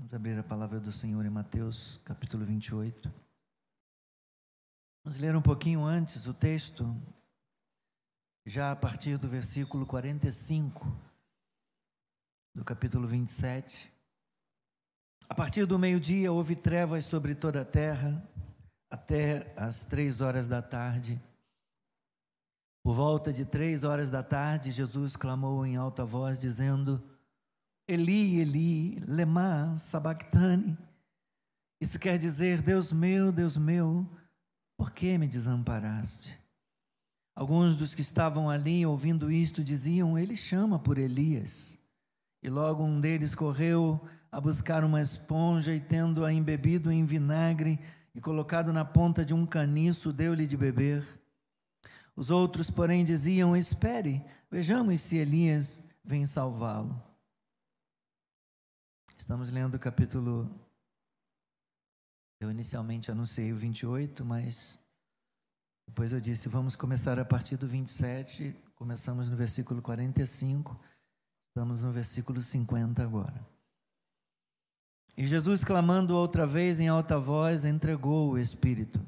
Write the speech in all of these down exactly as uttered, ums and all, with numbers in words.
Vamos abrir a palavra do Senhor em Mateus, capítulo vinte e oito. Vamos ler um pouquinho antes o texto, já a partir do versículo quarenta e cinco, do capítulo vinte e sete. A partir do meio-dia houve trevas sobre toda a terra, até as três horas da tarde. Por volta de três horas da tarde, Jesus clamou em alta voz, dizendo: Eli, Eli, lema sabactani. Isso quer dizer: Deus meu, Deus meu, por que me desamparaste? Alguns dos que estavam ali ouvindo isto diziam: Ele chama por Elias. E logo um deles correu a buscar uma esponja e, tendo-a embebido em vinagre e colocado na ponta de um caniço, deu-lhe de beber. Os outros, porém, diziam: Espere, vejamos se Elias vem salvá-lo. Estamos lendo o capítulo, eu inicialmente anunciei o vinte e oito, mas depois eu disse, vamos começar a partir do vinte e sete, começamos no versículo quarenta e cinco, estamos no versículo cinquenta agora. E Jesus, clamando outra vez em alta voz, entregou o Espírito.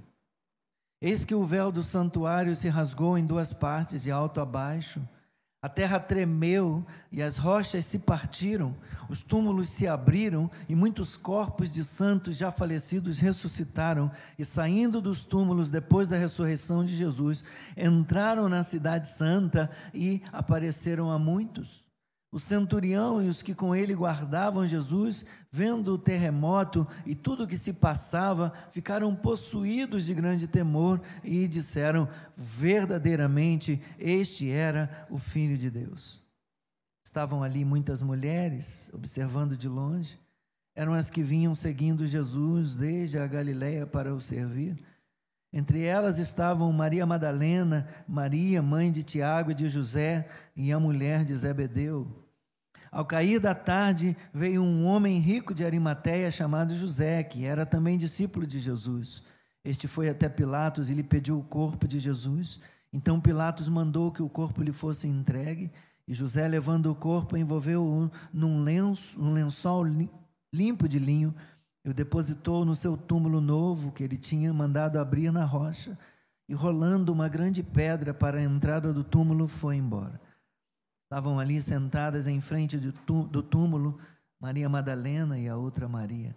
Eis que o véu do santuário se rasgou em duas partes, de alto a baixo. A terra tremeu e as rochas se partiram, os túmulos se abriram e muitos corpos de santos já falecidos ressuscitaram e, saindo dos túmulos depois da ressurreição de Jesus, entraram na cidade santa e apareceram a muitos. O centurião e os que com ele guardavam Jesus, vendo o terremoto e tudo o que se passava, ficaram possuídos de grande temor e disseram: verdadeiramente este era o Filho de Deus. Estavam ali muitas mulheres, observando de longe, eram as que vinham seguindo Jesus desde a Galileia para o servir. Entre elas estavam Maria Madalena, Maria, mãe de Tiago e de José, e a mulher de Zebedeu. Ao cair da tarde, veio um homem rico de Arimateia, chamado José, que era também discípulo de Jesus. Este foi até Pilatos e lhe pediu o corpo de Jesus. Então Pilatos mandou que o corpo lhe fosse entregue, e José, levando o corpo, envolveu-o num lenço, um lençol limpo de linho, e o depositou no seu túmulo novo, que ele tinha mandado abrir na rocha, e rolando uma grande pedra para a entrada do túmulo, foi embora. Estavam ali sentadas em frente do túmulo Maria Madalena e a outra Maria.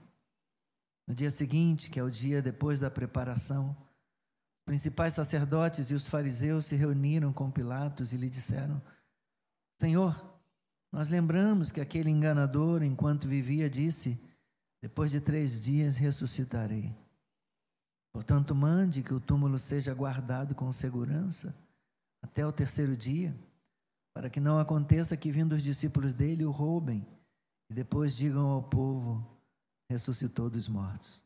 No dia seguinte, que é o dia depois da preparação, os principais sacerdotes e os fariseus se reuniram com Pilatos e lhe disseram: Senhor, nós lembramos que aquele enganador, enquanto vivia, disse: depois de três dias ressuscitarei. Portanto, mande que o túmulo seja guardado com segurança até o terceiro dia, para que não aconteça que, vindo os discípulos dele, o roubem e depois digam ao povo: ressuscitou dos mortos.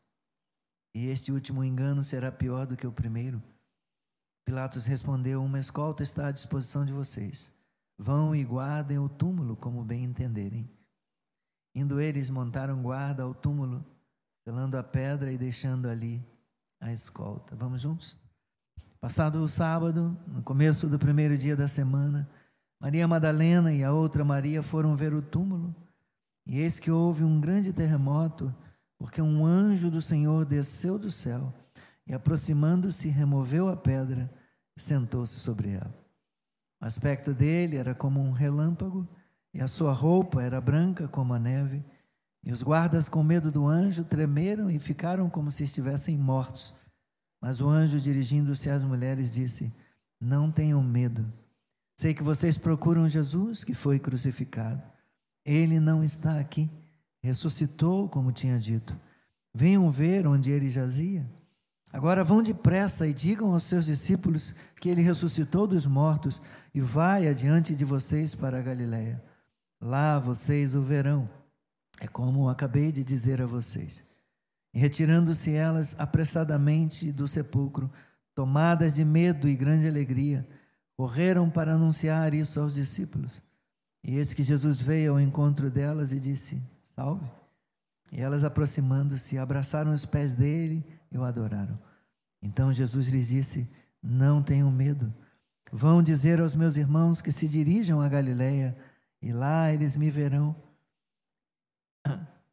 E este último engano será pior do que o primeiro. Pilatos respondeu: uma escolta está à disposição de vocês. Vão e guardem o túmulo como bem entenderem. Indo eles, montaram guarda ao túmulo, selando a pedra e deixando ali a escolta. Vamos juntos? Passado o sábado, no começo do primeiro dia da semana, Maria Madalena e a outra Maria foram ver o túmulo, e eis que houve um grande terremoto, porque um anjo do Senhor desceu do céu, e aproximando-se, removeu a pedra e sentou-se sobre ela. O aspecto dele era como um relâmpago, e a sua roupa era branca como a neve, e os guardas, com medo do anjo, tremeram e ficaram como se estivessem mortos. Mas o anjo, dirigindo-se às mulheres, disse: não tenham medo. Sei que vocês procuram Jesus, que foi crucificado. Ele não está aqui, ressuscitou, como tinha dito. Venham ver onde ele jazia. Agora vão depressa e digam aos seus discípulos que ele ressuscitou dos mortos e vai adiante de vocês para a Galileia. Lá vocês o verão. É como acabei de dizer a vocês. E retirando-se elas apressadamente do sepulcro, tomadas de medo e grande alegria, correram para anunciar isso aos discípulos. E eis que Jesus veio ao encontro delas e disse: salve. E elas, aproximando-se, abraçaram os pés dele e o adoraram. Então Jesus lhes disse: não tenham medo. Vão dizer aos meus irmãos que se dirijam a Galileia, e lá eles me verão.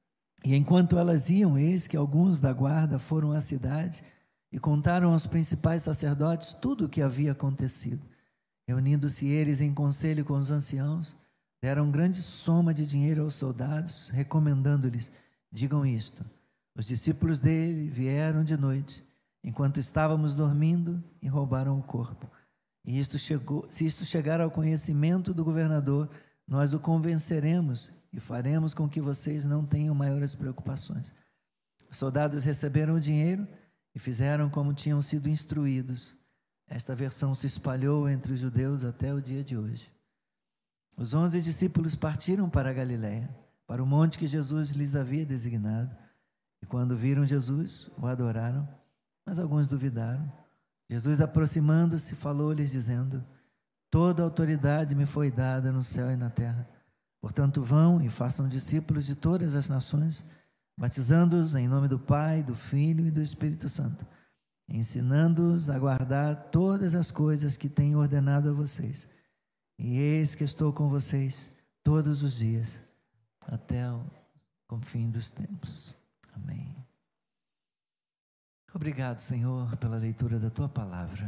E enquanto elas iam, eis que alguns da guarda foram à cidade e contaram aos principais sacerdotes tudo o que havia acontecido. Reunindo-se eles em conselho com os anciãos, deram grande soma de dinheiro aos soldados, recomendando-lhes: digam isto, os discípulos dele vieram de noite, enquanto estávamos dormindo, e roubaram o corpo. E isto chegou, se isto chegar ao conhecimento do governador, nós o convenceremos e faremos com que vocês não tenham maiores preocupações. Os soldados receberam o dinheiro e fizeram como tinham sido instruídos. Esta versão se espalhou entre os judeus até o dia de hoje. Os onze discípulos partiram para a Galiléia, para o monte que Jesus lhes havia designado. E quando viram Jesus, o adoraram, mas alguns duvidaram. Jesus, aproximando-se, falou-lhes, dizendo: toda a autoridade me foi dada no céu e na terra. Portanto, vão e façam discípulos de todas as nações, batizando-os em nome do Pai, do Filho e do Espírito Santo, ensinando-os a guardar todas as coisas que tenho ordenado a vocês. E eis que estou com vocês todos os dias, até o fim dos tempos. Amém. Obrigado, Senhor, pela leitura da Tua palavra.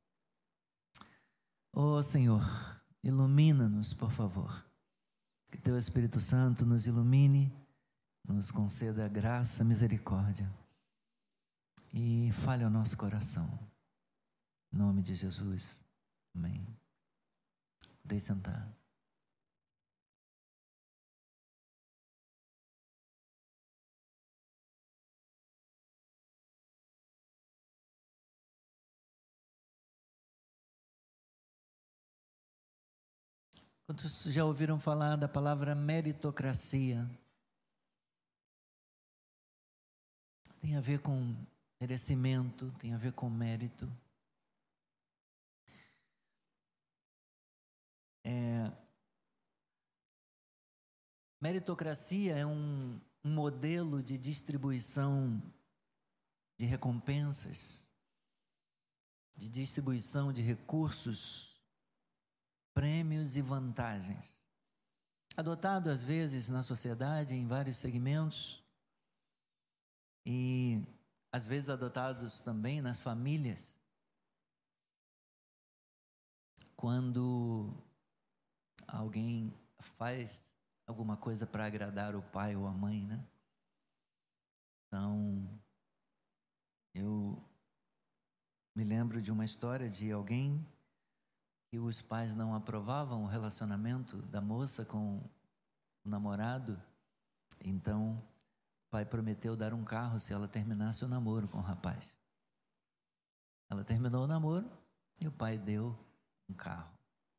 Ó Senhor, ilumina-nos, por favor. Que Teu Espírito Santo nos ilumine, nos conceda graça, misericórdia e fale ao nosso coração. Em nome de Jesus. Amém. Podem sentar. Quantos já ouviram falar da palavra meritocracia? Tem a ver com merecimento, tem a ver com mérito. É, meritocracia é um, um modelo de distribuição de recompensas, de distribuição de recursos, prêmios e vantagens, adotado às vezes na sociedade em vários segmentos e às vezes adotados também nas famílias, quando alguém faz alguma coisa para agradar o pai ou a mãe, né? Então, eu me lembro de uma história de alguém que os pais não aprovavam o relacionamento da moça com o namorado, então o pai prometeu dar um carro se ela terminasse o namoro com o rapaz. Ela terminou o namoro e o pai deu um carro.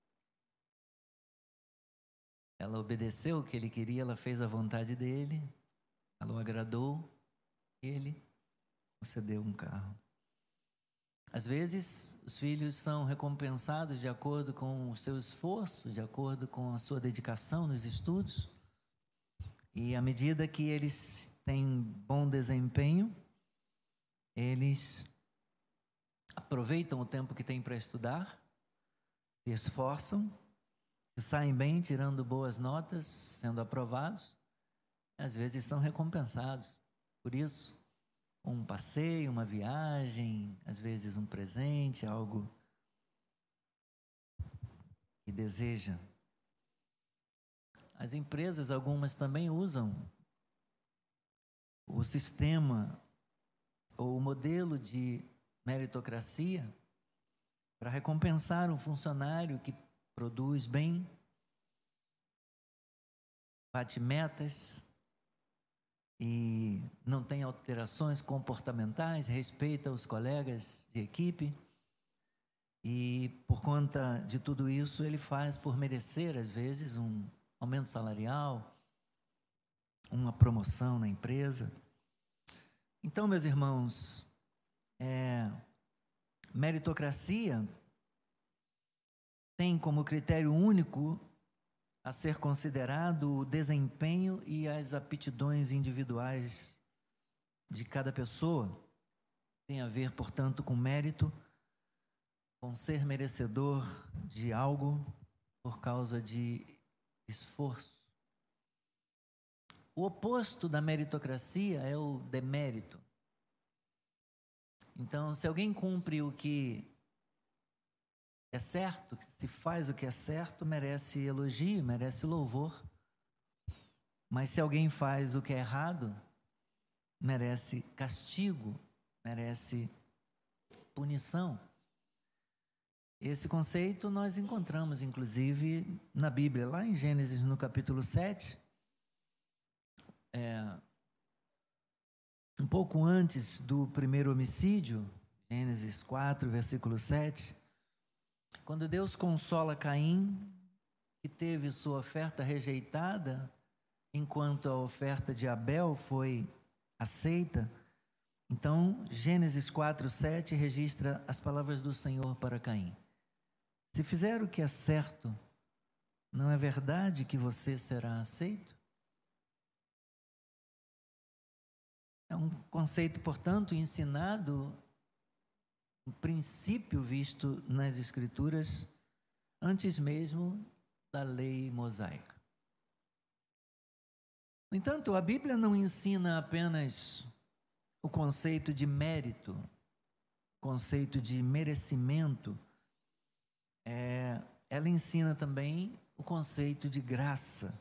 Ela obedeceu o que ele queria, ela fez a vontade dele, ela o agradou, ele concedeu um carro. Às vezes, os filhos são recompensados de acordo com o seu esforço, de acordo com a sua dedicação nos estudos. E à medida que eles têm bom desempenho, eles aproveitam o tempo que têm para estudar, se esforçam, se saem bem, tirando boas notas, sendo aprovados. Às vezes são recompensados por isso. Um passeio, uma viagem, às vezes um presente, algo que deseja. As empresas, algumas também usam o sistema ou o modelo de meritocracia para recompensar um funcionário que produz bem, bate metas e não tem alterações comportamentais, respeita os colegas de equipe e por conta de tudo isso ele faz por merecer às vezes um aumento salarial, uma promoção na empresa. Então, meus irmãos, é, meritocracia tem como critério único a ser considerado o desempenho e as aptidões individuais de cada pessoa. Tem a ver, portanto, com mérito, com ser merecedor de algo por causa de esforço. o oposto da meritocracia é o demérito. Então, se alguém cumpre o que é certo, se faz o que é certo, merece elogio, merece louvor. Mas se alguém faz o que é errado, merece castigo, merece punição. Esse conceito nós encontramos, inclusive, na Bíblia, lá em Gênesis, no capítulo sete, é, um pouco antes do primeiro homicídio, Gênesis quatro, versículo sete, quando Deus consola Caim, que teve sua oferta rejeitada, enquanto a oferta de Abel foi aceita, então Gênesis quatro, sete registra as palavras do Senhor para Caim. Se fizer o que é certo, não é verdade que você será aceito? É um conceito, portanto, ensinado, um princípio visto nas Escrituras, antes mesmo da lei mosaica. No entanto, a Bíblia não ensina apenas o conceito de mérito, conceito de merecimento, é, ela ensina também o conceito de graça.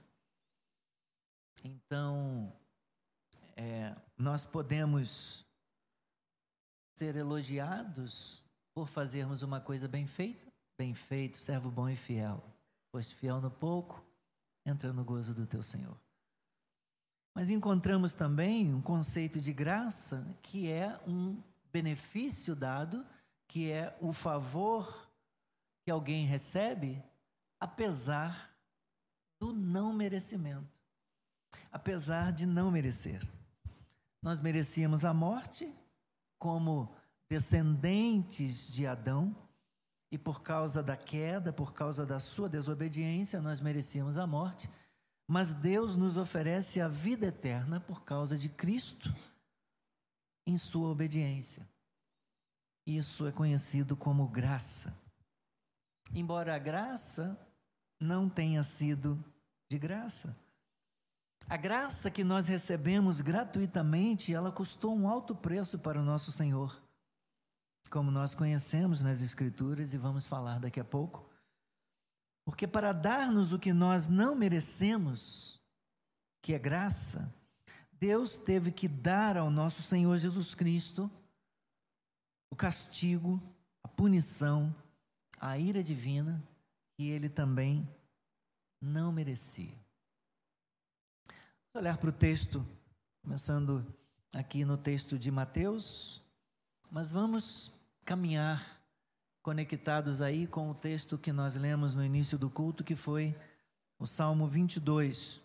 Então, é, nós podemos ser elogiados por fazermos uma coisa bem feita, bem feito, servo bom e fiel. Foste fiel no pouco, entra no gozo do teu Senhor. Mas encontramos também um conceito de graça, que é um benefício dado, que é o favor que alguém recebe, apesar do não merecimento, apesar de não merecer. Nós merecíamos a morte como descendentes de Adão, e por causa da queda, por causa da sua desobediência, nós merecíamos a morte. Mas Deus nos oferece a vida eterna por causa de Cristo, em sua obediência. Isso é conhecido como graça. Embora a graça não tenha sido de graça. A graça que nós recebemos gratuitamente, ela custou um alto preço para o nosso Senhor. Como nós conhecemos nas Escrituras e vamos falar daqui a pouco. Porque para dar-nos o que nós não merecemos, que é graça, Deus teve que dar ao nosso Senhor Jesus Cristo o castigo, a punição, a ira divina, que ele também não merecia. Vamos olhar para o texto, começando aqui no texto de Mateus, mas vamos caminhar conectados aí com o texto que nós lemos no início do culto, que foi o Salmo vinte e dois.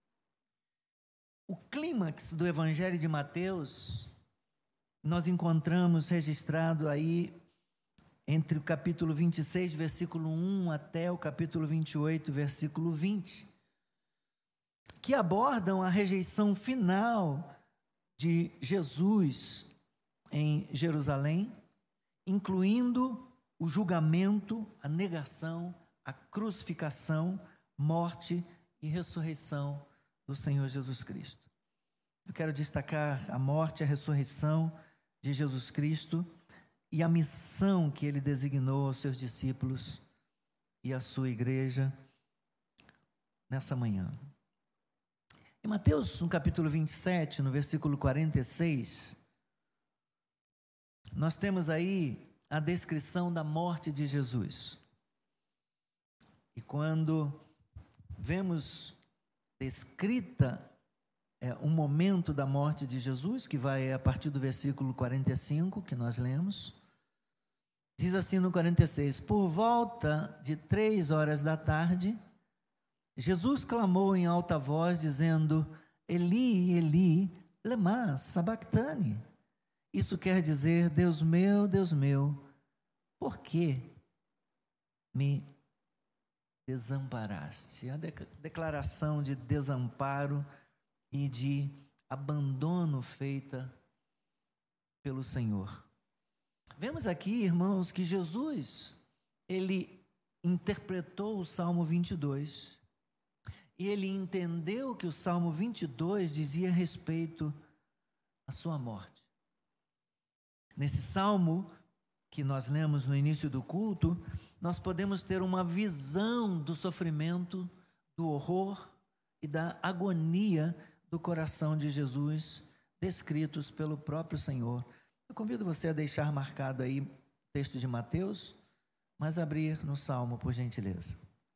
O clímax do Evangelho de Mateus, nós encontramos registrado aí entre o capítulo vinte e seis, versículo um, até o capítulo vinte e oito, versículo vinte, que abordam a rejeição final de Jesus em Jerusalém, incluindo o julgamento, a negação, a crucificação, morte e ressurreição do Senhor Jesus Cristo. Eu quero destacar a morte e a ressurreição de Jesus Cristo e a missão que ele designou aos seus discípulos e à sua igreja nessa manhã. Em Mateus, no capítulo vinte e sete, no versículo quarenta e seis, nós temos aí a descrição da morte de Jesus. E quando vemos descrita é, um momento da morte de Jesus, que vai a partir do versículo quarenta e cinco, que nós lemos, diz assim no quarenta e seis: por volta de três horas da tarde, Jesus clamou em alta voz, dizendo: Eli, Eli, lema sabactani. Isso quer dizer: Deus meu, Deus meu, por que me desamparaste? A declaração de desamparo e de abandono feita pelo Senhor. Vemos aqui, irmãos, que Jesus, ele interpretou o Salmo vinte e dois e ele entendeu que o Salmo vinte e dois dizia respeito à sua morte. Nesse salmo que nós lemos no início do culto, nós podemos ter uma visão do sofrimento, do horror e da agonia do coração de Jesus, descritos pelo próprio Senhor. Eu convido você a deixar marcado aí o texto de Mateus, mas abrir no Salmo, por gentileza.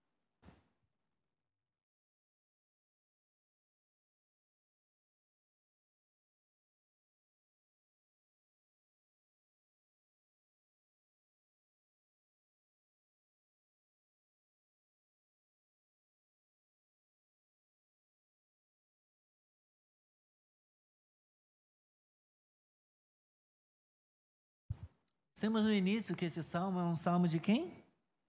Dissemos no início que esse salmo é um salmo de quem?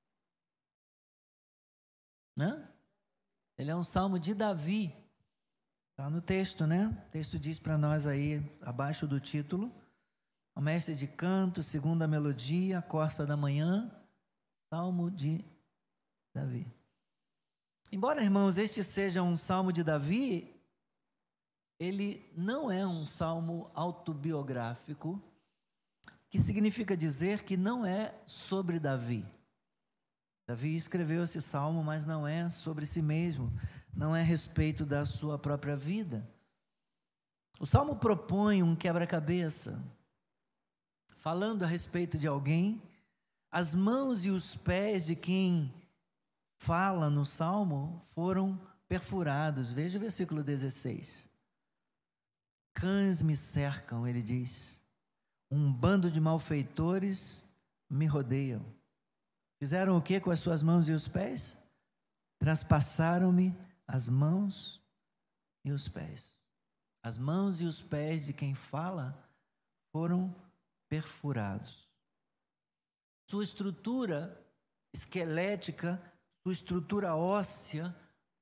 Hã? Ele é um salmo de Davi. Está no texto, né? O texto diz para nós aí, abaixo do título: o mestre de canto, segunda melodia, corça da manhã, salmo de Davi. Embora, irmãos, este seja um salmo de Davi, ele não é um salmo autobiográfico, que significa dizer que não é sobre Davi. Davi escreveu esse salmo, mas não é sobre si mesmo, não é a respeito da sua própria vida. O salmo propõe um quebra-cabeça, falando a respeito de alguém. As mãos e os pés de quem fala no salmo foram perfurados. Veja o versículo dezesseis. Cães me cercam, ele diz. Um bando de malfeitores me rodeiam. Fizeram o que com as suas mãos e os pés? Traspassaram-me as mãos e os pés. As mãos e os pés de quem fala foram perfurados. Sua estrutura esquelética, sua estrutura óssea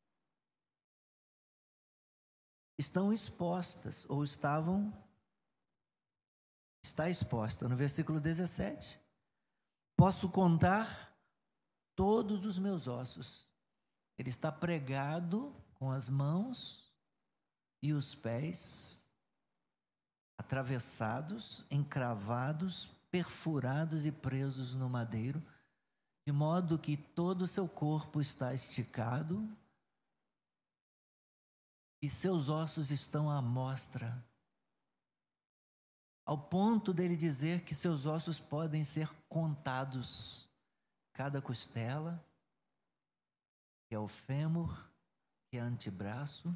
estão expostas, ou estavam, está exposta. No versículo dezessete, posso contar todos os meus ossos. Ele está pregado com as mãos e os pés atravessados, encravados, perfurados e presos no madeiro, de modo que todo o seu corpo está esticado e seus ossos estão à mostra, ao ponto dele dizer que seus ossos podem ser contados, cada costela, que é o fêmur, que é antebraço,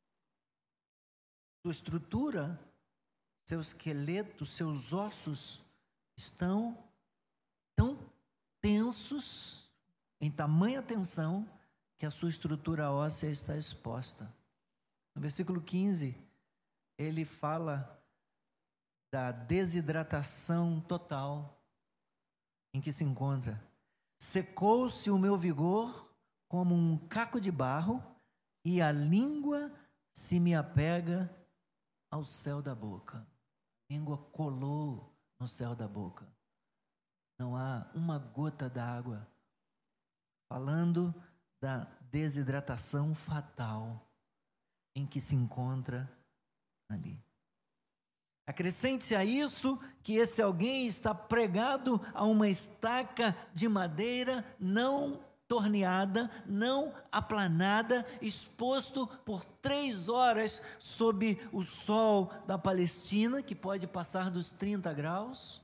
sua estrutura, seu esqueleto, seus ossos estão tão tensos, em tamanha tensão, que a sua estrutura óssea está exposta. No versículo quinze, ele fala da desidratação total em que se encontra. Secou-se o meu vigor como um caco de barro, e a língua se me apega ao céu da boca. A língua colou no céu da boca. Não há uma gota d'água. Falando da desidratação fatal em que se encontra ali. Acrescente-se a isso que esse alguém está pregado a uma estaca de madeira não torneada, não aplanada, exposto por três horas sob o sol da Palestina, que pode passar dos trinta graus.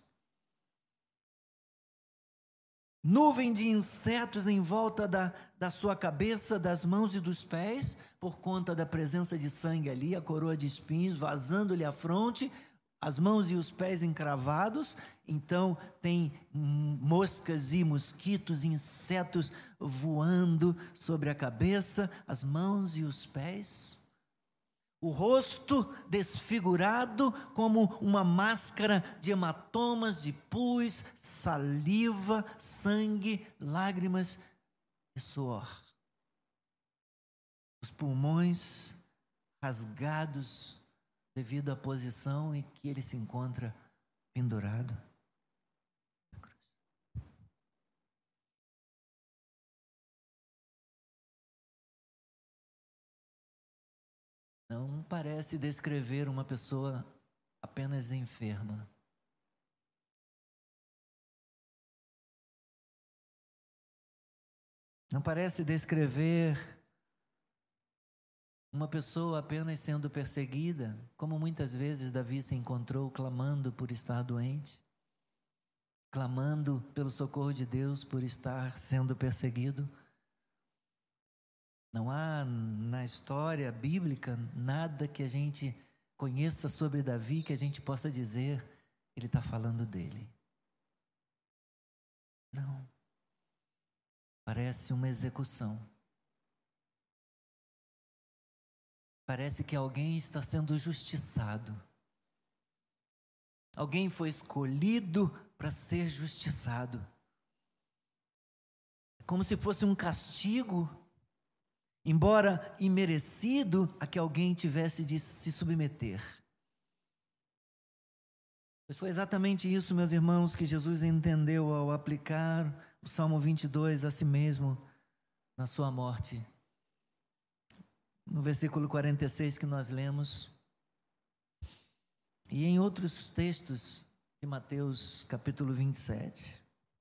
Nuvem de insetos em volta da, da sua cabeça, das mãos e dos pés, por conta da presença de sangue ali, a coroa de espinhos vazando-lhe a fronte, as mãos e os pés encravados. Então tem moscas e mosquitos, insetos voando sobre a cabeça, as mãos e os pés. O rosto desfigurado como uma máscara de hematomas, de pus, saliva, sangue, lágrimas e suor. Os pulmões rasgados devido à posição em que ele se encontra pendurado. não parece descrever uma pessoa apenas enferma. Não parece descrever uma pessoa apenas sendo perseguida, como muitas vezes Davi se encontrou clamando por estar doente, clamando pelo socorro de Deus por estar sendo perseguido. Não há na história bíblica nada que a gente conheça sobre Davi que a gente possa dizer, ele está falando dele. Não. Parece uma execução. Parece que alguém está sendo justiçado. Alguém foi escolhido para ser justiçado. Como se fosse um castigo, embora imerecido, a que alguém tivesse de se submeter. Pois foi exatamente isso, meus irmãos, que Jesus entendeu ao aplicar o Salmo vinte e dois a si mesmo na sua morte. No versículo quarenta e seis que nós lemos, e em outros textos de Mateus capítulo vinte e sete.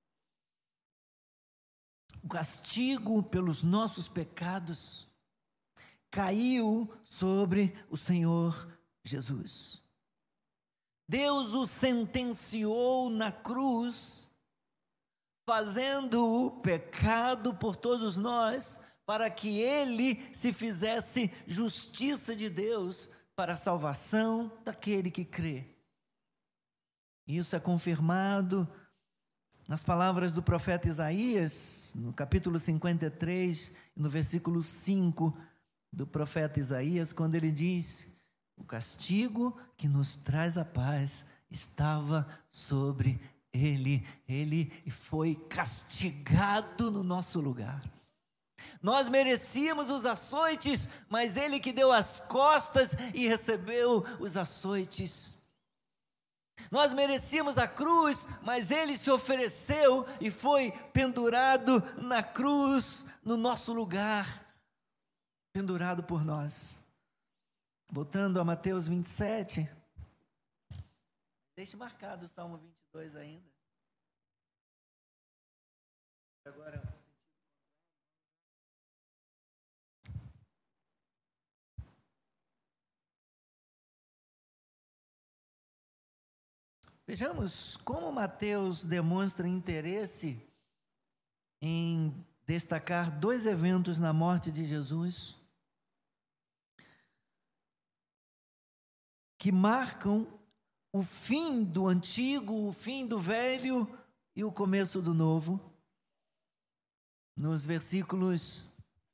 O castigo pelos nossos pecados caiu sobre o Senhor Jesus. Deus o sentenciou na cruz, fazendo o pecado por todos nós, para que ele se fizesse justiça de Deus para a salvação daquele que crê. Isso é confirmado nas palavras do profeta Isaías, no capítulo cinquenta e três, no versículo cinco do profeta Isaías, quando ele diz: o castigo que nos traz a paz estava sobre ele, ele foi castigado no nosso lugar. Nós merecíamos os açoites, mas ele que deu as costas e recebeu os açoites. Nós merecíamos a cruz, mas ele se ofereceu e foi pendurado na cruz, no nosso lugar, pendurado por nós. Voltando a Mateus vinte e sete, deixe marcado o Salmo vinte e dois ainda. Agora, vejamos como Mateus demonstra interesse em destacar dois eventos na morte de Jesus que marcam o fim do antigo, o fim do velho e o começo do novo. Nos versículos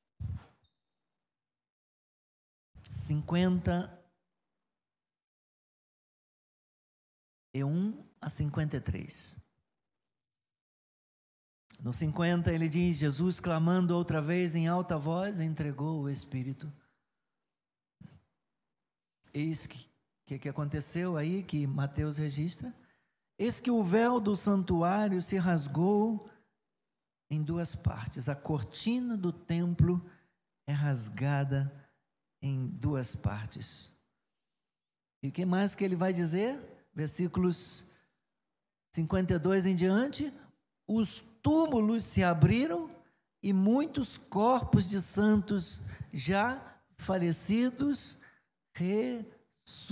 cinquenta e um a cinquenta e três. No cinquenta ele diz: Jesus, clamando outra vez em alta voz, entregou o Espírito. Eis que que, que aconteceu aí, que Mateus registra? Eis que o véu do santuário se rasgou em duas partes. A cortina do templo é rasgada em duas partes. E o que mais que ele vai dizer? Versículos cinquenta e dois em diante: os túmulos se abriram e muitos corpos de santos já falecidos ressuscitaram.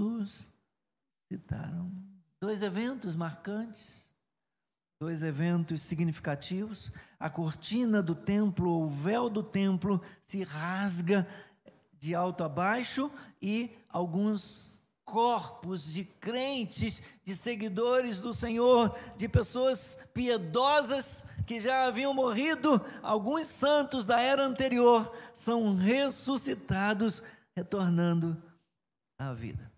Dois eventos marcantes, dois eventos significativos. A cortina do templo, o véu do templo se rasga de alto a baixo e alguns corpos de crentes, de seguidores do Senhor, de pessoas piedosas que já haviam morrido, alguns santos da era anterior, são ressuscitados, retornando à vida.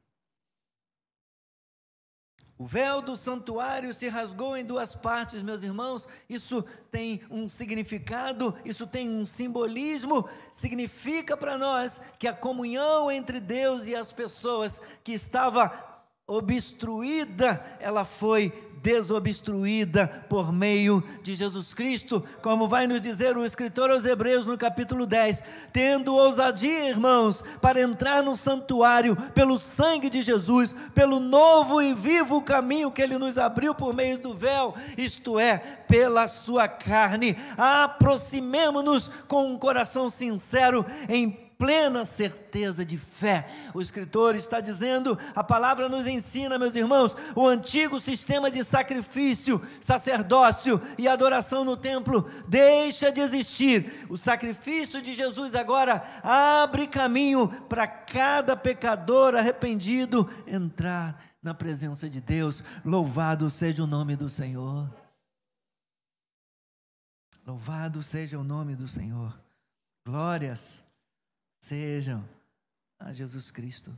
O véu do santuário se rasgou em duas partes, meus irmãos. Isso tem um significado, isso tem um simbolismo. Significa para nós que a comunhão entre Deus e as pessoas que estava obstruída, ela foi desobstruída por meio de Jesus Cristo, como vai nos dizer o escritor aos Hebreus no capítulo dez, tendo ousadia, irmãos, para entrar no santuário pelo sangue de Jesus, pelo novo e vivo caminho que Ele nos abriu por meio do véu, isto é, pela sua carne. Aproximemo-nos com um coração sincero, em plena certeza de fé. O escritor está dizendo, a palavra nos ensina, meus irmãos, o antigo sistema de sacrifício, sacerdócio e adoração no templo deixa de existir. O sacrifício de Jesus agora abre caminho para cada pecador arrependido entrar na presença de Deus. Louvado seja o nome do Senhor. Louvado seja o nome do Senhor. Glórias sejam a Jesus Cristo.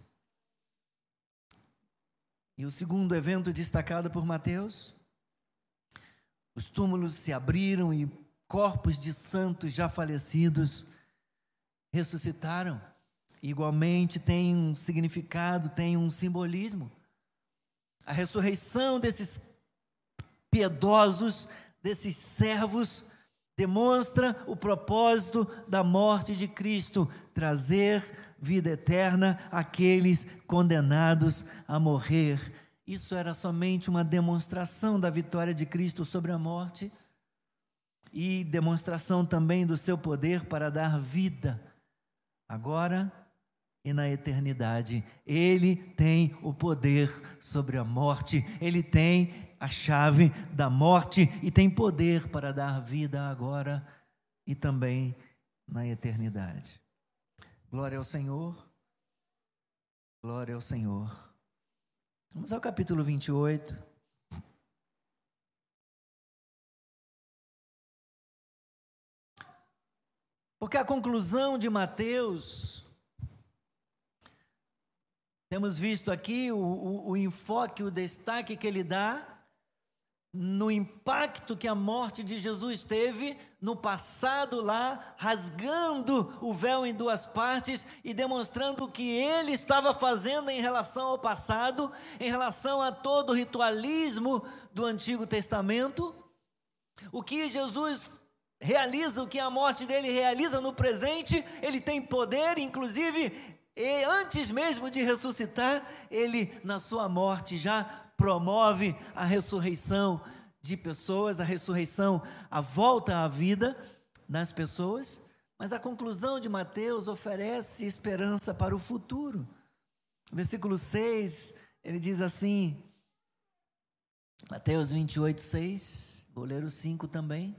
E o segundo evento destacado por Mateus, os túmulos se abriram e corpos de santos já falecidos ressuscitaram. Igualmente tem um significado, tem um simbolismo. A ressurreição desses piedosos, desses servos, demonstra o propósito da morte de Cristo, trazer vida eterna àqueles condenados a morrer. Isso era somente uma demonstração da vitória de Cristo sobre a morte e demonstração também do seu poder para dar vida, agora e na eternidade. Ele tem o poder sobre a morte, Ele tem a chave da morte e tem poder para dar vida agora e também na eternidade. Glória ao Senhor, glória ao Senhor. Vamos ao capítulo vinte e oito. Porque a conclusão de Mateus, temos visto aqui o, o, o enfoque, o destaque que ele dá no impacto que a morte de Jesus teve no passado lá, rasgando o véu em duas partes e demonstrando o que ele estava fazendo em relação ao passado, em relação a todo o ritualismo do Antigo Testamento, o que Jesus realiza, o que a morte dele realiza no presente. Ele tem poder, inclusive, e antes mesmo de ressuscitar, ele na sua morte já promove a ressurreição de pessoas, a ressurreição, a volta à vida das pessoas, mas a conclusão de Mateus oferece esperança para o futuro. Versículo seis, ele diz assim, Mateus vinte e oito, seis, vou ler o cinco também.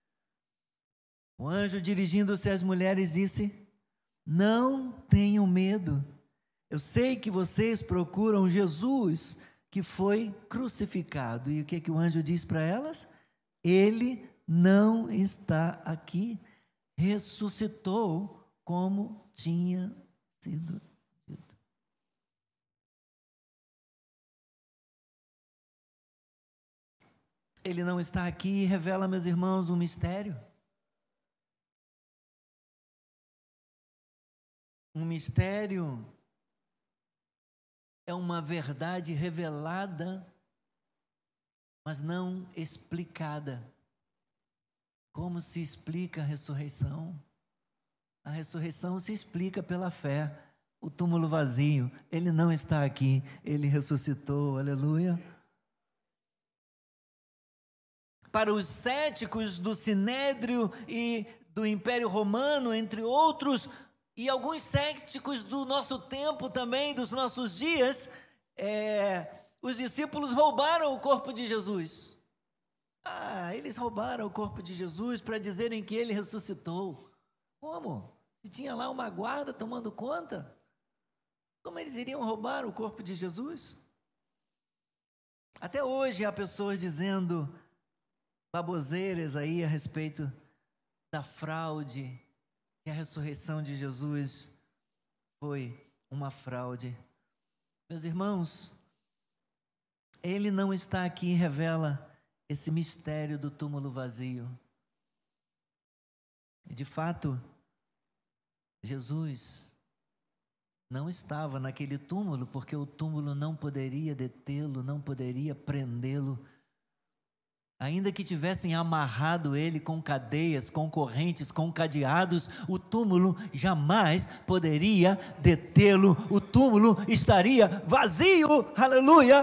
O anjo, dirigindo-se às mulheres, disse: não tenham medo, eu sei que vocês procuram Jesus, que foi crucificado. E o que, que o anjo diz para elas? Ele não está aqui, ressuscitou como tinha sido dito. Ele não está aqui e revela, meus irmãos, um mistério. Um mistério é uma verdade revelada, mas não explicada. Como se explica a ressurreição? A ressurreição se explica pela fé. O túmulo vazio, ele não está aqui, ele ressuscitou, aleluia. Para os céticos do Sinédrio e do Império Romano, entre outros, e alguns céticos do nosso tempo também, dos nossos dias, é, os discípulos roubaram o corpo de Jesus. Ah, eles roubaram o corpo de Jesus para dizerem que ele ressuscitou. Como? Se tinha lá uma guarda tomando conta? Como eles iriam roubar o corpo de Jesus? Até hoje há pessoas dizendo baboseiras aí a respeito da fraude, que a ressurreição de Jesus foi uma fraude. Meus irmãos, ele não está aqui e revela esse mistério do túmulo vazio. E de fato, Jesus não estava naquele túmulo, porque o túmulo não poderia detê-lo, não poderia prendê-lo. Ainda que tivessem amarrado ele com cadeias, com correntes, com cadeados, o túmulo jamais poderia detê-lo. O túmulo estaria vazio. Aleluia!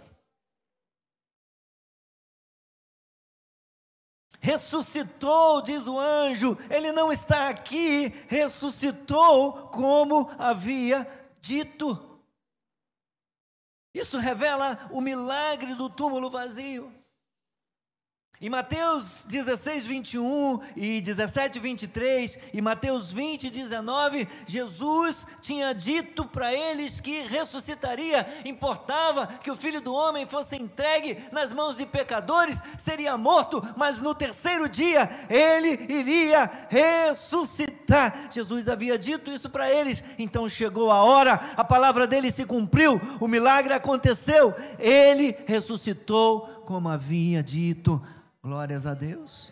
Ressuscitou, diz o anjo, ele não está aqui, ressuscitou como havia dito. Isso revela o milagre do túmulo vazio. Em Mateus dezesseis, vinte e um e dezessete, vinte e três, e Mateus vinte, dezenove, Jesus tinha dito para eles que ressuscitaria. Importava que o Filho do Homem fosse entregue nas mãos de pecadores, seria morto, mas no terceiro dia ele iria ressuscitar. Jesus havia dito isso para eles, então chegou a hora, a palavra dele se cumpriu, o milagre aconteceu, ele ressuscitou como havia dito. Glórias a Deus.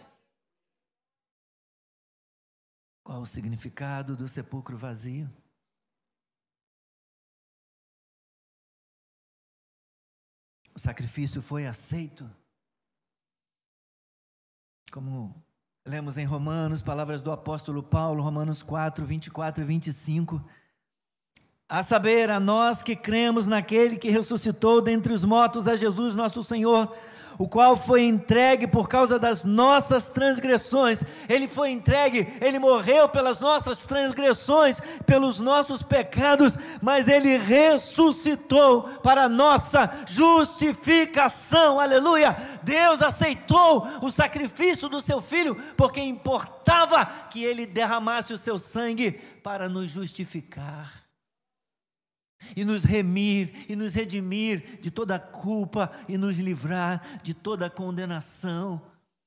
Qual o significado do sepulcro vazio? O sacrifício foi aceito. Como lemos em Romanos, palavras do apóstolo Paulo, Romanos quatro, vinte e quatro e vinte e cinco. A saber, a nós que cremos naquele que ressuscitou dentre os mortos, a Jesus nosso Senhor, o qual foi entregue por causa das nossas transgressões. Ele foi entregue, ele morreu pelas nossas transgressões, pelos nossos pecados, mas ele ressuscitou para a nossa justificação. Aleluia! Deus aceitou o sacrifício do seu Filho, porque importava que ele derramasse o seu sangue para nos justificar e nos remir, e nos redimir de toda culpa, e nos livrar de toda condenação.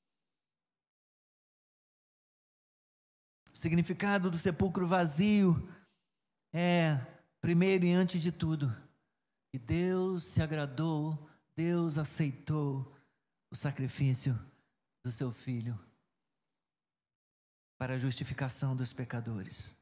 O significado do sepulcro vazio é, primeiro e antes de tudo, que Deus se agradou, Deus aceitou o sacrifício do seu Filho para a justificação dos pecadores.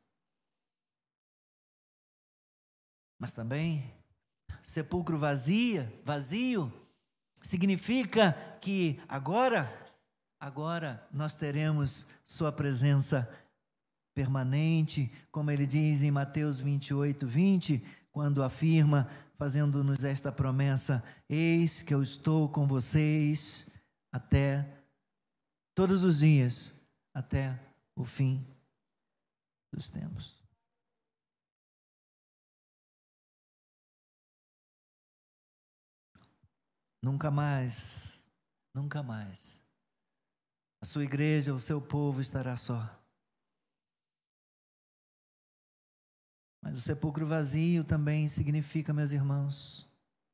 Mas também, sepulcro vazia, vazio, significa que agora, agora nós teremos sua presença permanente, como ele diz em Mateus vinte e oito, vinte, quando afirma, fazendo-nos esta promessa: eis que eu estou com vocês até, todos os dias, até o fim dos tempos. Nunca mais, nunca mais, a sua igreja, o seu povo estará só. Mas o sepulcro vazio também significa, meus irmãos,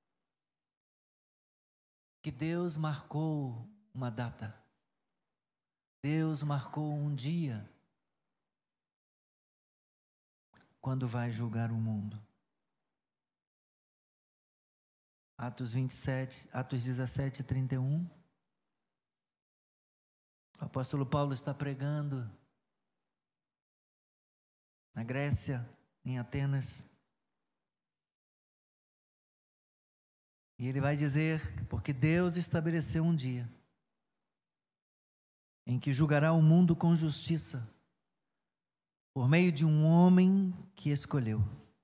que Deus marcou uma data, Deus marcou um dia, quando vai julgar o mundo. Atos vinte e sete, Atos dezessete, trinta e um. O apóstolo Paulo está pregando na Grécia, em Atenas. E ele vai dizer que porque Deus estabeleceu um dia em que julgará o mundo com justiça, por meio de um homem que escolheu.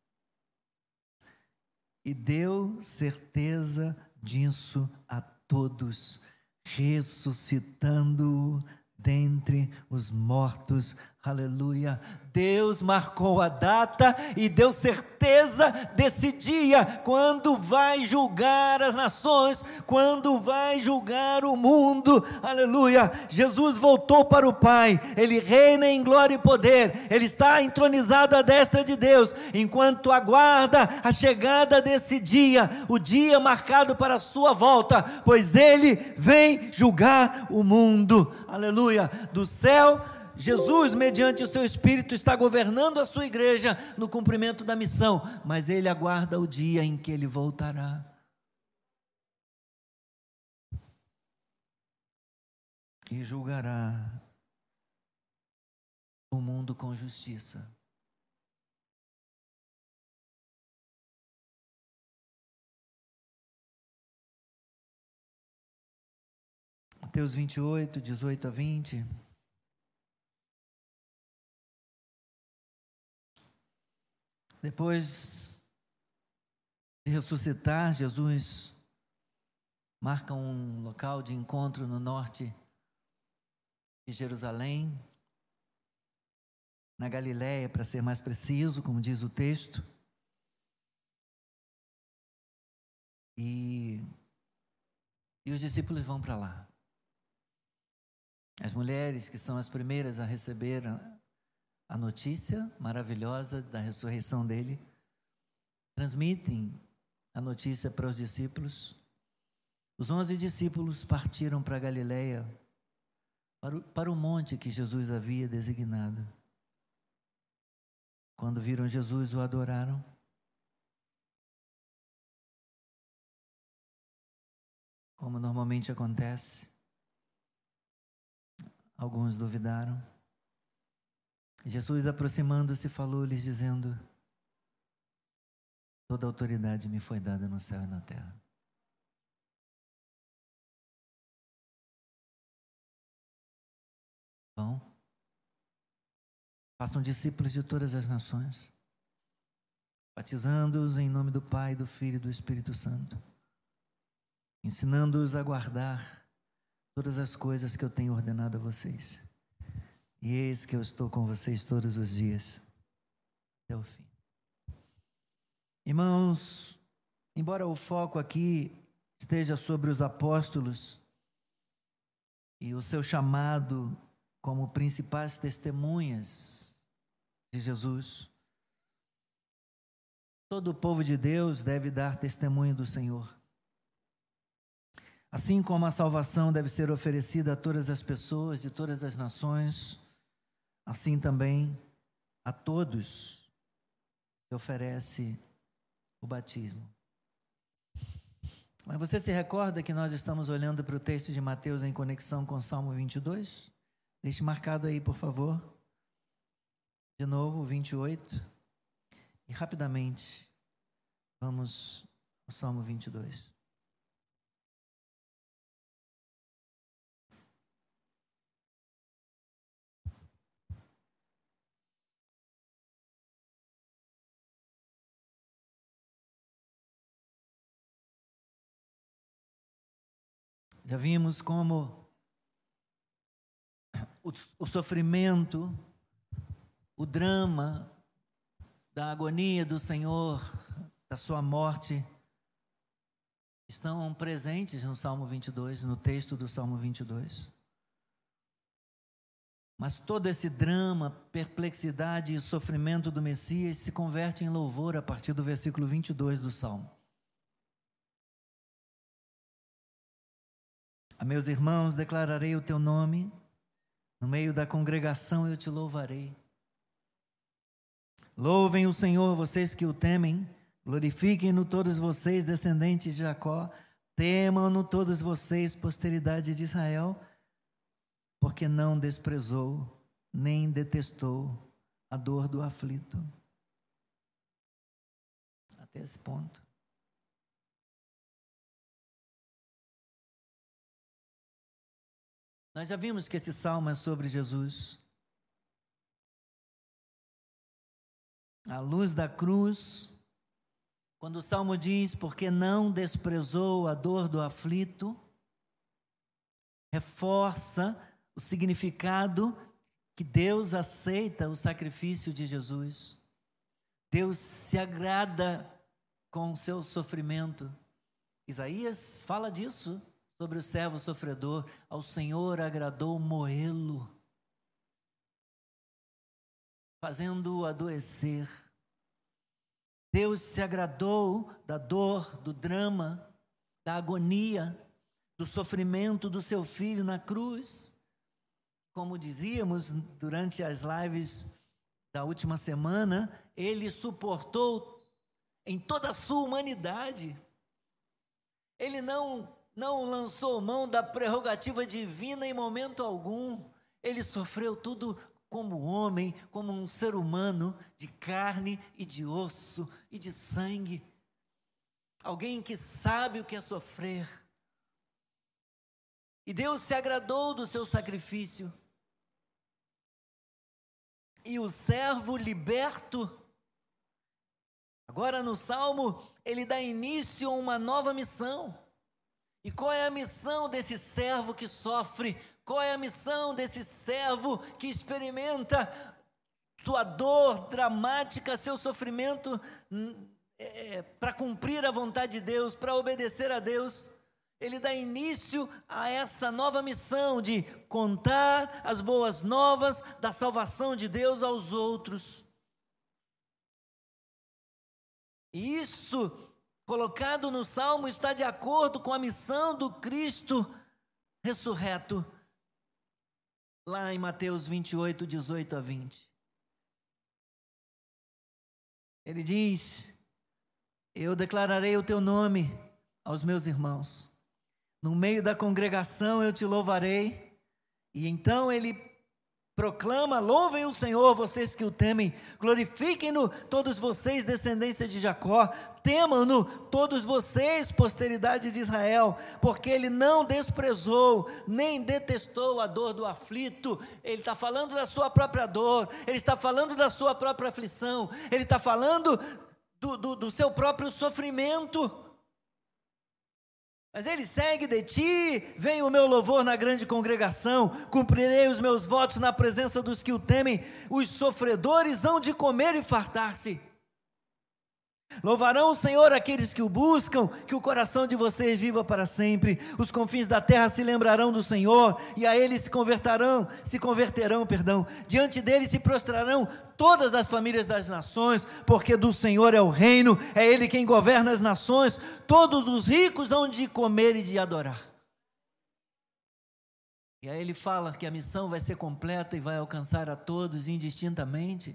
E deu certeza disso a todos, ressuscitando dentre os mortos. Aleluia! Deus marcou a data e deu certeza desse dia, quando vai julgar as nações, quando vai julgar o mundo. Aleluia! Jesus voltou para o Pai, Ele reina em glória e poder, Ele está entronizado à destra de Deus, enquanto aguarda a chegada desse dia, o dia marcado para a sua volta, pois Ele vem julgar o mundo. Aleluia! Do céu, Jesus, mediante o seu Espírito, está governando a sua igreja no cumprimento da missão, mas Ele aguarda o dia em que Ele voltará. E julgará o mundo com justiça. Mateus vinte e oito, dezoito a vinte. Depois de ressuscitar, Jesus marca um local de encontro no norte de Jerusalém, na Galiléia, para ser mais preciso, como diz o texto. E, e os discípulos vão para lá. As mulheres, que são as primeiras a receber a, a notícia maravilhosa da ressurreição dele, transmitem a notícia para os discípulos. Os onze discípulos partiram para a Galiléia, para o, para o monte que Jesus havia designado. Quando viram Jesus, o adoraram. Como normalmente acontece, alguns duvidaram. Jesus, aproximando-se, falou-lhes, dizendo: toda autoridade me foi dada no céu e na terra. Vão, façam discípulos de todas as nações, batizando-os em nome do Pai, do Filho e do Espírito Santo, ensinando-os a guardar todas as coisas que eu tenho ordenado a vocês. E eis que eu estou com vocês todos os dias, até o fim. Irmãos, embora o foco aqui esteja sobre os apóstolos e o seu chamado como principais testemunhas de Jesus, todo o povo de Deus deve dar testemunho do Senhor. Assim como a salvação deve ser oferecida a todas as pessoas de todas as nações, assim também a todos se oferece o batismo. Mas você se recorda que nós estamos olhando para o texto de Mateus em conexão com o Salmo vinte e dois? Deixe marcado aí, por favor. De novo, vinte e oito. E rapidamente, vamos ao Salmo vinte e dois. Já vimos como o, o sofrimento, o drama da agonia do Senhor, da sua morte, estão presentes no Salmo vinte e dois, no texto do Salmo vinte e dois. Mas todo esse drama, perplexidade e sofrimento do Messias se converte em louvor a partir do versículo vinte e dois do Salmo. A meus irmãos declararei o teu nome, no meio da congregação eu te louvarei. Louvem o Senhor, vocês que o temem, glorifiquem-no todos vocês, descendentes de Jacó, temam-no todos vocês, posteridade de Israel, porque não desprezou, nem detestou a dor do aflito. Até esse ponto. Nós já vimos que esse salmo é sobre Jesus. À luz da cruz, quando o salmo diz, porque não desprezou a dor do aflito, reforça o significado que Deus aceita o sacrifício de Jesus. Deus se agrada com o seu sofrimento. Isaías fala disso. Sobre o servo sofredor, ao Senhor agradou moê-lo, fazendo-o adoecer. Deus se agradou da dor, do drama, da agonia, do sofrimento do seu filho na cruz. Como dizíamos durante as lives da última semana, ele suportou em toda a sua humanidade. Ele não Não lançou mão da prerrogativa divina em momento algum. Ele sofreu tudo como homem, como um ser humano, de carne e de osso e de sangue. Alguém que sabe o que é sofrer. E Deus se agradou do seu sacrifício. E o servo liberto, agora no Salmo, ele dá início a uma nova missão. E qual é a missão desse servo que sofre? Qual é a missão desse servo que experimenta sua dor dramática, seu sofrimento, é, para cumprir a vontade de Deus, para obedecer a Deus? Ele dá início a essa nova missão de contar as boas novas da salvação de Deus aos outros. E isso, colocado no Salmo, está de acordo com a missão do Cristo ressurreto, lá em Mateus vinte e oito, dezoito a vinte. Ele diz: eu declararei o teu nome aos meus irmãos. No meio da congregação eu te louvarei. E então ele proclama: louvem o Senhor, vocês que o temem, glorifiquem-no todos vocês, descendência de Jacó, temam-no todos vocês, posteridade de Israel, porque ele não desprezou, nem detestou a dor do aflito. Ele está falando da sua própria dor, ele está falando da sua própria aflição, ele está falando do, do, do seu próprio sofrimento. Mas ele segue: de ti vem o meu louvor na grande congregação, cumprirei os meus votos na presença dos que o temem, os sofredores hão de comer e fartar-se. Louvarão o Senhor aqueles que o buscam, que o coração de vocês viva para sempre. Os confins da terra se lembrarão do Senhor, e a ele se converterão, se converterão, perdão. Diante dele se prostrarão todas as famílias das nações, porque do Senhor é o reino, é ele quem governa as nações. Todos os ricos hão de comer e de adorar. E aí ele fala que a missão vai ser completa e vai alcançar a todos indistintamente,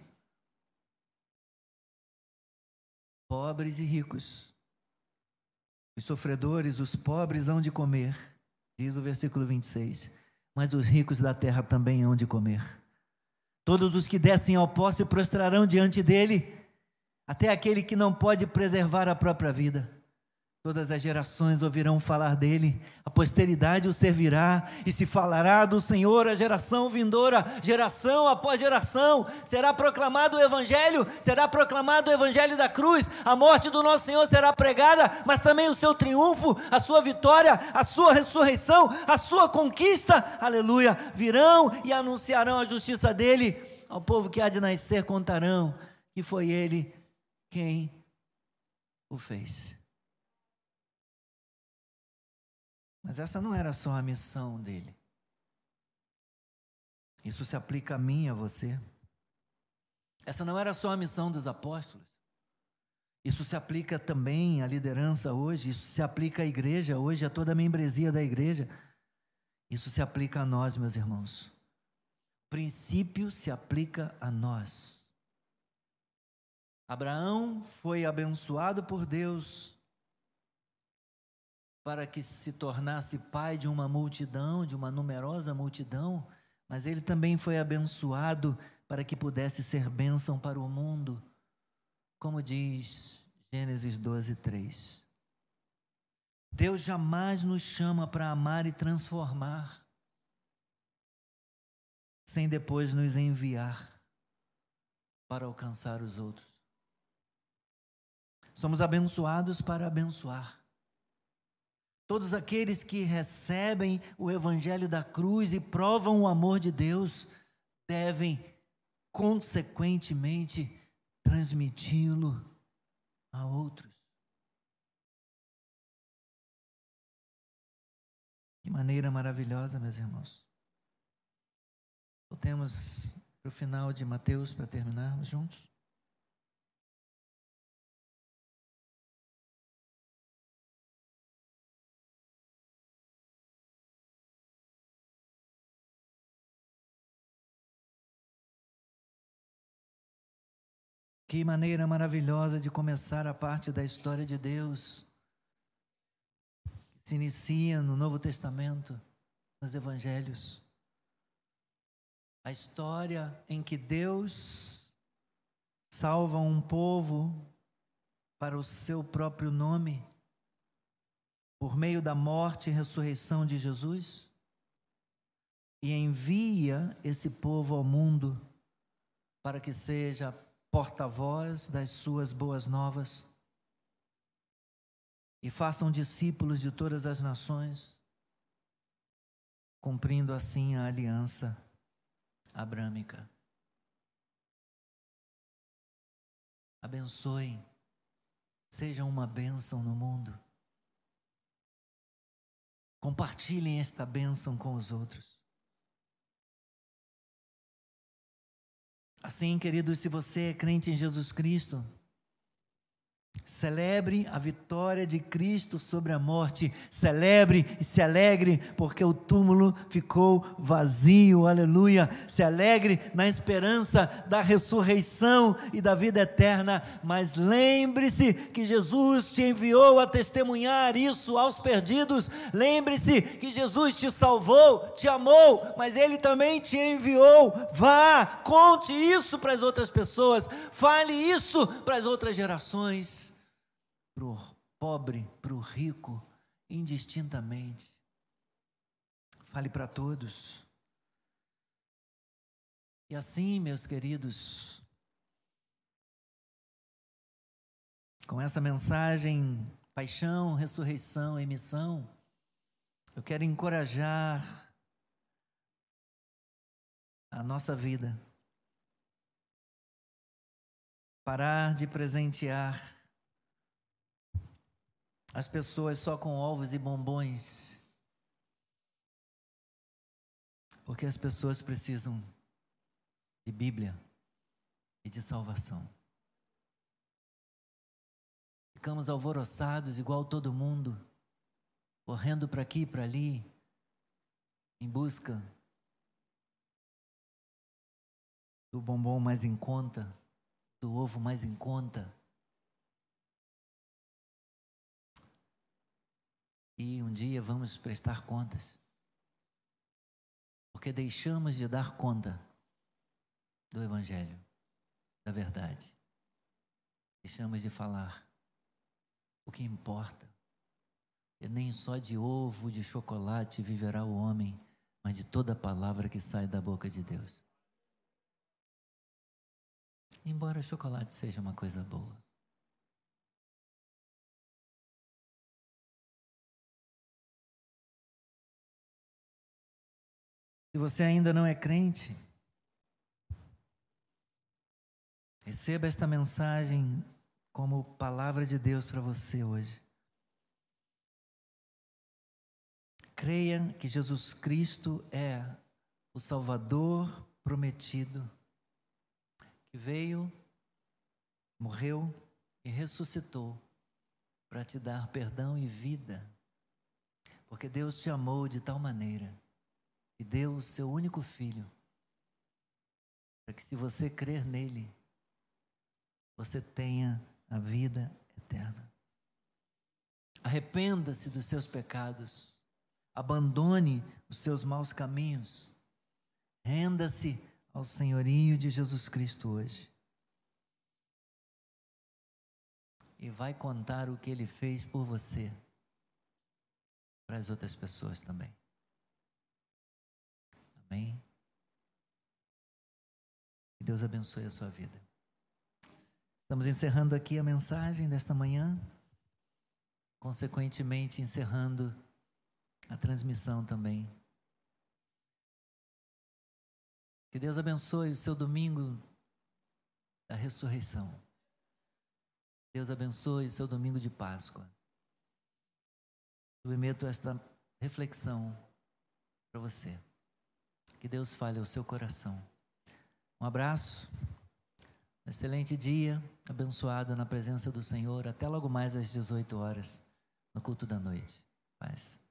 pobres e ricos. Os sofredores, os pobres hão de comer, diz o versículo vinte e seis, mas os ricos da terra também hão de comer. Todos os que descem ao pó se prostrarão diante dele, até aquele que não pode preservar a própria vida. Todas as gerações ouvirão falar dele, a posteridade o servirá, e se falará do Senhor a geração vindoura, geração após geração. Será proclamado o Evangelho, será proclamado o Evangelho da cruz. A morte do nosso Senhor será pregada, mas também o seu triunfo, a sua vitória, a sua ressurreição, a sua conquista. Aleluia! Virão e anunciarão a justiça dele. Ao povo que há de nascer contarão que foi ele quem o fez. Mas essa não era só a missão dele. Isso se aplica a mim e a você. Essa não era só a missão dos apóstolos. Isso se aplica também à liderança hoje. Isso se aplica à igreja hoje, a toda a membresia da igreja. Isso se aplica a nós, meus irmãos. O princípio se aplica a nós. Abraão foi abençoado por Deus para que se tornasse pai de uma multidão, de uma numerosa multidão, mas ele também foi abençoado para que pudesse ser bênção para o mundo, como diz Gênesis doze, três. Deus jamais nos chama para amar e transformar, sem depois nos enviar para alcançar os outros. Somos abençoados para abençoar. Todos aqueles que recebem o Evangelho da cruz e provam o amor de Deus, devem, consequentemente, transmiti-lo a outros. Que maneira maravilhosa, meus irmãos. Voltemos para o final de Mateus para terminarmos juntos. Que maneira maravilhosa de começar a parte da história de Deus, que se inicia no Novo Testamento, nos Evangelhos. A história em que Deus salva um povo para o seu próprio nome, por meio da morte e ressurreição de Jesus. e envia esse povo ao mundo para que seja porta-voz das suas boas novas e façam discípulos de todas as nações, cumprindo assim a aliança abrâmica. Abençoem, sejam uma bênção no mundo. Compartilhem esta bênção com os outros. Assim, queridos, se você é crente em Jesus Cristo, celebre a vitória de Cristo sobre a morte. Celebre e se alegre, porque o túmulo ficou vazio, aleluia. Se alegre na esperança da ressurreição e da vida eterna, mas lembre-se que Jesus te enviou a testemunhar isso aos perdidos. Lembre-se que Jesus te salvou, te amou, mas Ele também te enviou. Vá, conte isso para as outras pessoas, fale isso para as outras gerações. Para o pobre, para o rico, indistintamente. Fale para todos. E assim, meus queridos, com essa mensagem, paixão, ressurreição e missão, eu quero encorajar a nossa vida. Parar de presentear as pessoas só com ovos e bombons, porque as pessoas precisam de Bíblia e de salvação. Ficamos alvoroçados igual todo mundo, correndo para aqui e para ali, em busca do bombom mais em conta, do ovo mais em conta. E um dia vamos prestar contas, porque deixamos de dar conta do Evangelho, da verdade. Deixamos de falar o que importa. E nem só de ovo, de chocolate viverá o homem, mas de toda a palavra que sai da boca de Deus. Embora chocolate seja uma coisa boa. Se você ainda não é crente, receba esta mensagem como palavra de Deus para você hoje. Creia que Jesus Cristo é o Salvador prometido, que veio, morreu e ressuscitou para te dar perdão e vida, porque Deus te amou de tal maneira e deu o seu único filho, para que se você crer nele, você tenha a vida eterna. Arrependa-se dos seus pecados, abandone os seus maus caminhos, renda-se ao senhorio de Jesus Cristo hoje. E vai contar o que Ele fez por você para as outras pessoas também. Amém? Que Deus abençoe a sua vida. Estamos encerrando aqui a mensagem desta manhã, consequentemente encerrando a transmissão também. Que Deus abençoe o seu domingo da ressurreição. Deus abençoe o seu domingo de Páscoa. Submeto esta reflexão para você. Que Deus fale ao seu coração. Um abraço, um excelente dia, abençoado na presença do Senhor. Até logo mais às dezoito horas, no culto da noite. Paz.